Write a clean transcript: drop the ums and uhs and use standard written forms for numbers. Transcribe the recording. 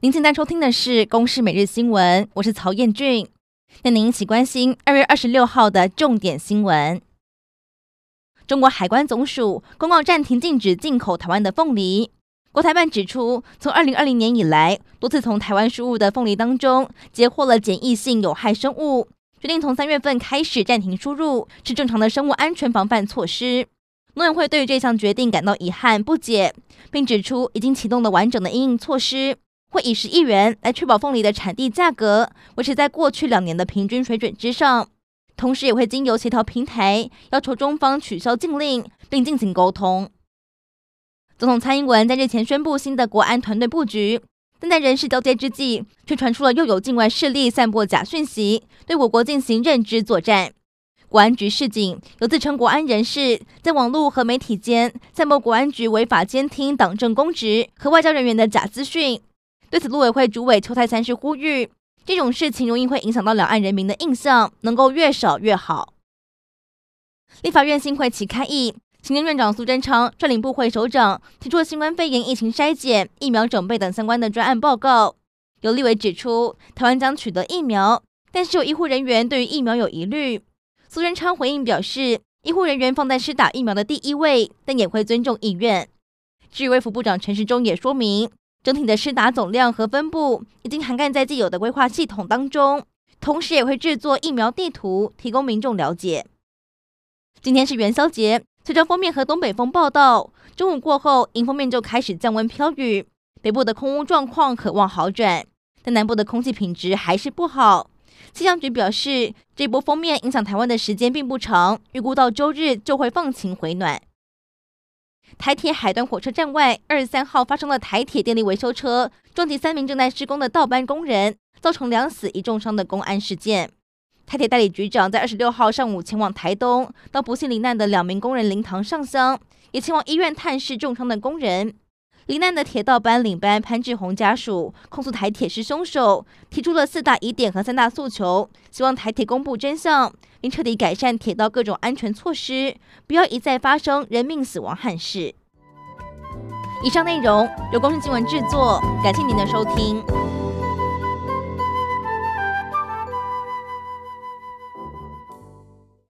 您现在收听的是《公视每日新闻》，我是曹彦俊。那您一起关心2月26号的重点新闻。中国海关总署公告暂停禁止进口台湾的凤梨。国台办指出，从2020年以来，多次从台湾输入的凤梨当中截获了检疫性有害生物，决定从3月份开始暂停输入，是正常的生物安全防范措施。农委会对于这项决定感到遗憾不解，并指出已经启动了完整的因应措施，会以10亿元来确保凤梨的产地价格维持在过去2年的平均水准之上，同时也会经由协调平台要求中方取消禁令，并进行沟通。总统蔡英文在日前宣布新的国安团队布局，但在人事交接之际，却传出了又有境外势力散播假讯息，对我国进行认知作战。国安局示警，有自称国安人士在网络和媒体间散播国安局违法监听党政公职和外交人员的假资讯。对此，陆委会主委邱泰三是呼吁，这种事情容易会影响到两岸人民的印象，能够越少越好。立法院新会期开议，行政院长苏贞昌率领部会首长提出了新冠肺炎疫情筛检、疫苗准备等相关的专案报告。有立委指出，台湾将取得疫苗，但是有医护人员对于疫苗有疑虑。苏贞昌回应表示，医护人员放在施打疫苗的第一位，但也会尊重意愿。至于卫福部长陈时中也说明，整体的施打总量和分布已经涵盖在既有的规划系统当中，同时也会制作疫苗地图，提供民众了解。今天是元宵节，随着锋面和东北风报道，中午过后，迎风面就开始降温飘雨，北部的空污状况可望好转，但南部的空气品质还是不好。气象局表示，这波锋面影响台湾的时间并不长，预估到周日就会放晴回暖。台铁海端火车站外23号发生了台铁电力维修车撞击3名正在施工的倒班工人，造成2死1重伤的公安事件。台铁代理局长在26号上午前往台东，到不幸罹难的2名工人灵堂上香，也前往医院探视重伤的工人。罹难的铁道班领班潘志宏家属控诉台铁是凶手，提出了4大疑点和3大诉求，希望台铁公布真相，并彻底改善铁道各种安全措施，不要一再发生人命死亡憾事。以上内容由公视新闻制作，感谢您的收听。